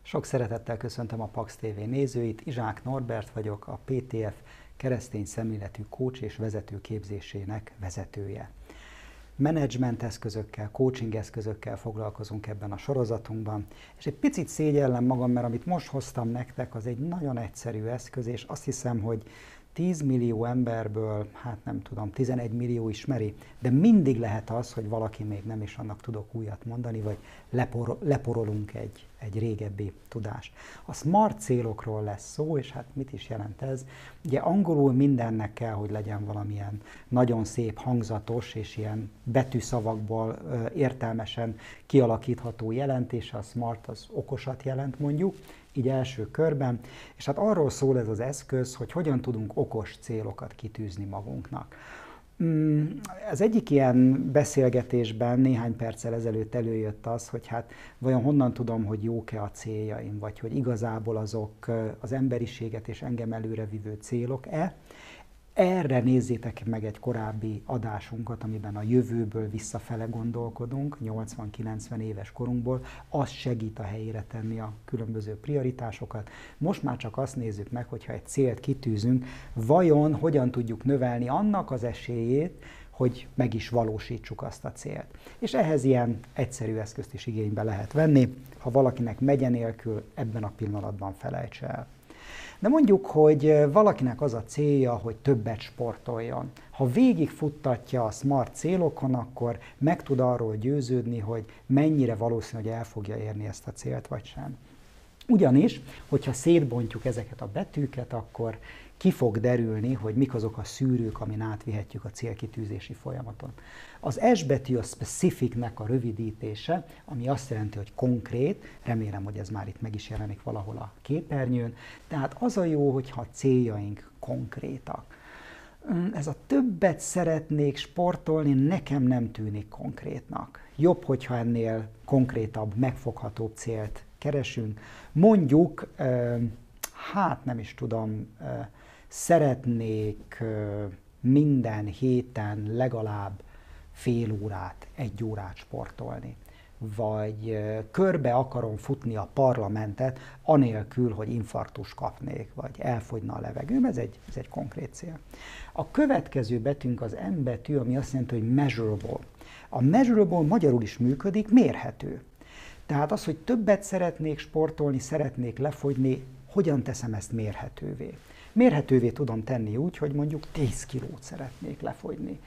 Sok szeretettel köszöntöm a Pax TV nézőit, Izsák Norbert vagyok, a PTF keresztény szemléletű coach és vezető képzésének vezetője. Menedzsment eszközökkel, coaching eszközökkel foglalkozunk ebben a sorozatunkban, és egy picit szégyellem magam, mert amit most hoztam nektek, az egy nagyon egyszerű eszköz, és azt hiszem, hogy 10 millió emberből, hát nem tudom, 11 millió ismeri, de mindig lehet az, hogy valaki még nem is annak tudok újat mondani, vagy leporolunk egy régebbi tudást. A smart célokról lesz szó, és hát mit is jelent ez? Ugye angolul mindennek kell, hogy legyen valamilyen nagyon szép, hangzatos és ilyen betűszavakból értelmesen kialakítható jelentése. A smart az okosat jelent mondjuk, így első körben, és hát arról szól ez az eszköz, hogy hogyan tudunk okos célokat kitűzni magunknak. Az egyik ilyen beszélgetésben néhány perccel ezelőtt előjött az, hogy hát vajon honnan tudom, hogy jók-e a céljaim, vagy hogy igazából azok az emberiséget és engem előrevívő célok-e. Erre nézzétek meg egy korábbi adásunkat, amiben a jövőből visszafele gondolkodunk, 80-90 éves korunkból, az segít a helyére tenni a különböző prioritásokat. Most már csak azt nézzük meg, hogyha egy célt kitűzünk, vajon hogyan tudjuk növelni annak az esélyét, hogy meg is valósítsuk azt a célt. És ehhez ilyen egyszerű eszközt is igénybe lehet venni, ha valakinek megye nélkül ebben a pillanatban felejts el. De mondjuk, hogy valakinek az a célja, hogy többet sportoljon. Ha végigfuttatja a smart célokon, akkor meg tud arról győződni, hogy mennyire valószínű, hogy el fogja érni ezt a célt, vagy sem. Ugyanis, hogyha szétbontjuk ezeket a betűket, akkor ki fog derülni, hogy mik azok a szűrők, amin átvihetjük a célkitűzési folyamaton. Az S betű a specificnek a rövidítése, ami azt jelenti, hogy konkrét, remélem, hogy ez már itt meg is jelenik valahol a képernyőn, tehát az a jó, hogyha a céljaink konkrétak. Ez a többet szeretnék sportolni, nekem nem tűnik konkrétnak. Jobb, hogyha ennél konkrétabb, megfoghatóbb célt keresünk. Mondjuk, hát nem is tudom, szeretnék minden héten legalább fél órát, egy órát sportolni. Vagy körbe akarom futni a parlamentet, anélkül, hogy infarktust kapnék, vagy elfogyna a levegőm, ez egy konkrét cél. A következő betűnk az M betű, ami azt jelenti, hogy measurable. A measurable magyarul is működik, mérhető. Tehát az, hogy többet szeretnék sportolni, szeretnék lefogyni, hogyan teszem ezt mérhetővé? Mérhetővé tudom tenni úgy, hogy mondjuk 10 kilót szeretnék lefogyni,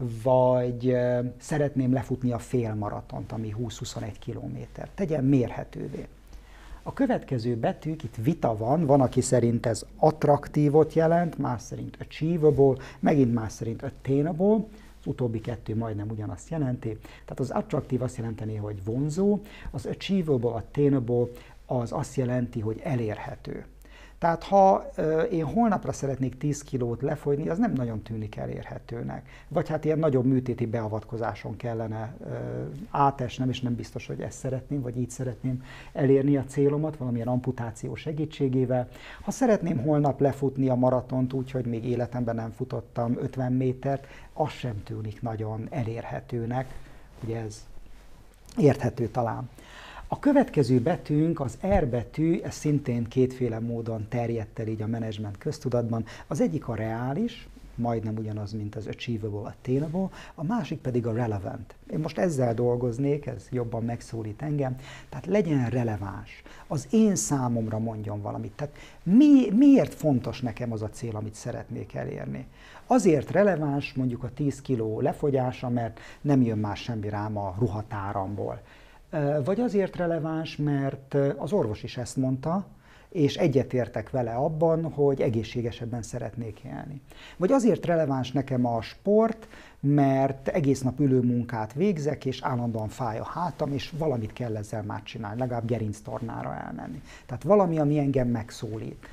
vagy szeretném lefutni a félmaratont, ami 20-21 kilométer. Tegyen mérhetővé. A következő betűk, itt vita van, aki szerint ez attraktívot jelent, más szerint achievable, megint más szerint attainable, az utóbbi kettő majdnem ugyanazt jelenti. Tehát az attraktív azt jelenteni, hogy vonzó, az achievable, attainable az azt jelenti, hogy elérhető. Tehát ha én holnapra szeretnék 10 kilót lefogyni, az nem nagyon tűnik elérhetőnek. Vagy hát ilyen nagyobb műtéti beavatkozáson kellene átesnem, és nem biztos, hogy ezt szeretném, vagy így szeretném elérni a célomat, valamilyen amputáció segítségével. Ha szeretném holnap lefutni a maratont úgy, hogy még életemben nem futottam 50 métert, az sem tűnik nagyon elérhetőnek. Ugye ez érthető talán. A következő betűnk, az R betű, ez szintén kétféle módon terjedt el így a menedzsment köztudatban. Az egyik a reális, majdnem ugyanaz, mint az achievable, attainable, a másik pedig a relevant. Én most ezzel dolgoznék, ez jobban megszólít engem, tehát legyen releváns. Az én számomra mondjon valamit. Tehát miért fontos nekem az a cél, amit szeretnék elérni? Azért releváns mondjuk a 10 kiló lefogyása, mert nem jön már semmi rám a ruhatáramból. Vagy azért releváns, mert az orvos is ezt mondta, és egyetértek vele abban, hogy egészségesebben szeretnék élni. Vagy azért releváns nekem a sport, mert egész nap ülő munkát végzek, és állandóan fáj a hátam, és valamit kell ezzel már csinálni, legalább gerinctornára elmenni. Tehát valami, ami engem megszólít.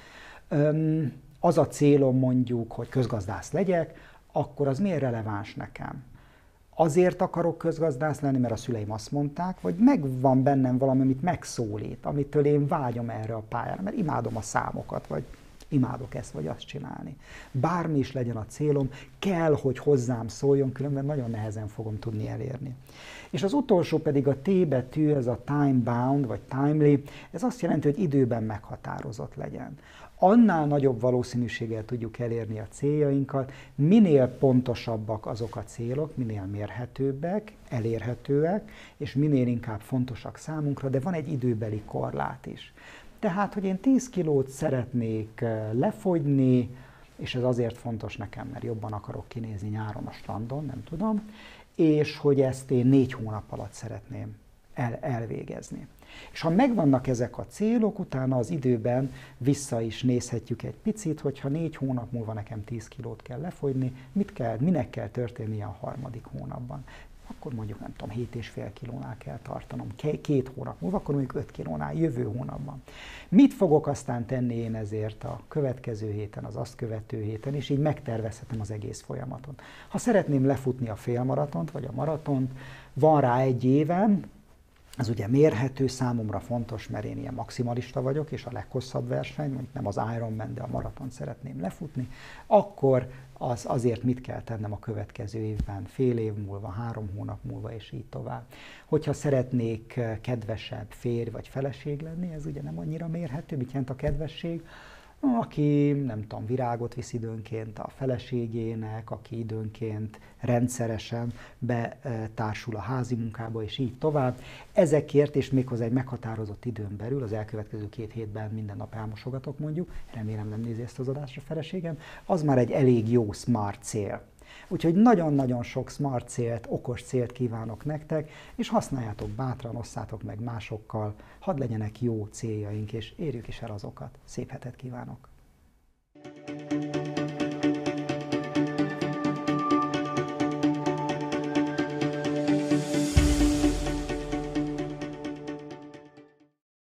Az a célom mondjuk, hogy közgazdász legyek, akkor az miért releváns nekem? Azért akarok közgazdász lenni, mert a szüleim azt mondták, vagy megvan bennem valami, amit megszólít, amitől én vágyom erre a pályára, mert imádom a számokat, vagy Imádok ezt vagy azt csinálni. Bármi is legyen a célom, kell, hogy hozzám szóljon, különben nagyon nehezen fogom tudni elérni. És az utolsó pedig a T betű, ez a time bound, vagy timely, ez azt jelenti, hogy időben meghatározott legyen. Annál nagyobb valószínűséggel tudjuk elérni a céljainkat, minél pontosabbak azok a célok, minél mérhetőbbek, elérhetőek, és minél inkább fontosak számunkra, de van egy időbeli korlát is. Tehát, hogy én 10 kilót szeretnék lefogyni, és ez azért fontos nekem, mert jobban akarok kinézni nyáron a strandon, nem tudom, és hogy ezt én 4 hónap alatt szeretném elvégezni. És ha megvannak ezek a célok, utána az időben vissza is nézhetjük egy picit, hogyha 4 hónap múlva nekem 10 kilót kell lefogyni, minek kell történnie a harmadik hónapban. Akkor mondjuk nem tudom, 7,5 kilónál kell tartanom, 2 hónap múlva, akkor mondjuk 5 kilónál jövő hónapban. Mit fogok aztán tenni én ezért a következő héten, az azt követő héten, és így megtervezhetem az egész folyamatot. Ha szeretném lefutni a félmaratont, vagy a maratont, van rá 1 évem, ez ugye mérhető, számomra fontos, mert én ilyen maximalista vagyok, és a leghosszabb verseny, mondjuk nem az Ironman, de a maratont szeretném lefutni, akkor azért mit kell tennem a következő évben, fél év múlva, 3 hónap múlva, és így tovább. Hogyha szeretnék kedvesebb férj vagy feleség lenni, ez ugye nem annyira mérhető, mit jelent a kedvesség, aki, nem tudom, virágot visz időnként a feleségének, aki időnként rendszeresen betársul a házi munkába, és így tovább. Ezekért, és méghozzá egy meghatározott időn belül, az elkövetkező 2 hétben minden nap elmosogatok mondjuk, remélem nem nézi ezt az adást a feleségem, az már egy elég jó smart cél. Úgyhogy nagyon-nagyon sok smart célt, okos célt kívánok nektek, és használjátok bátran, osszátok meg másokkal, hadd legyenek jó céljaink, és érjük is el azokat. Szép hetet kívánok!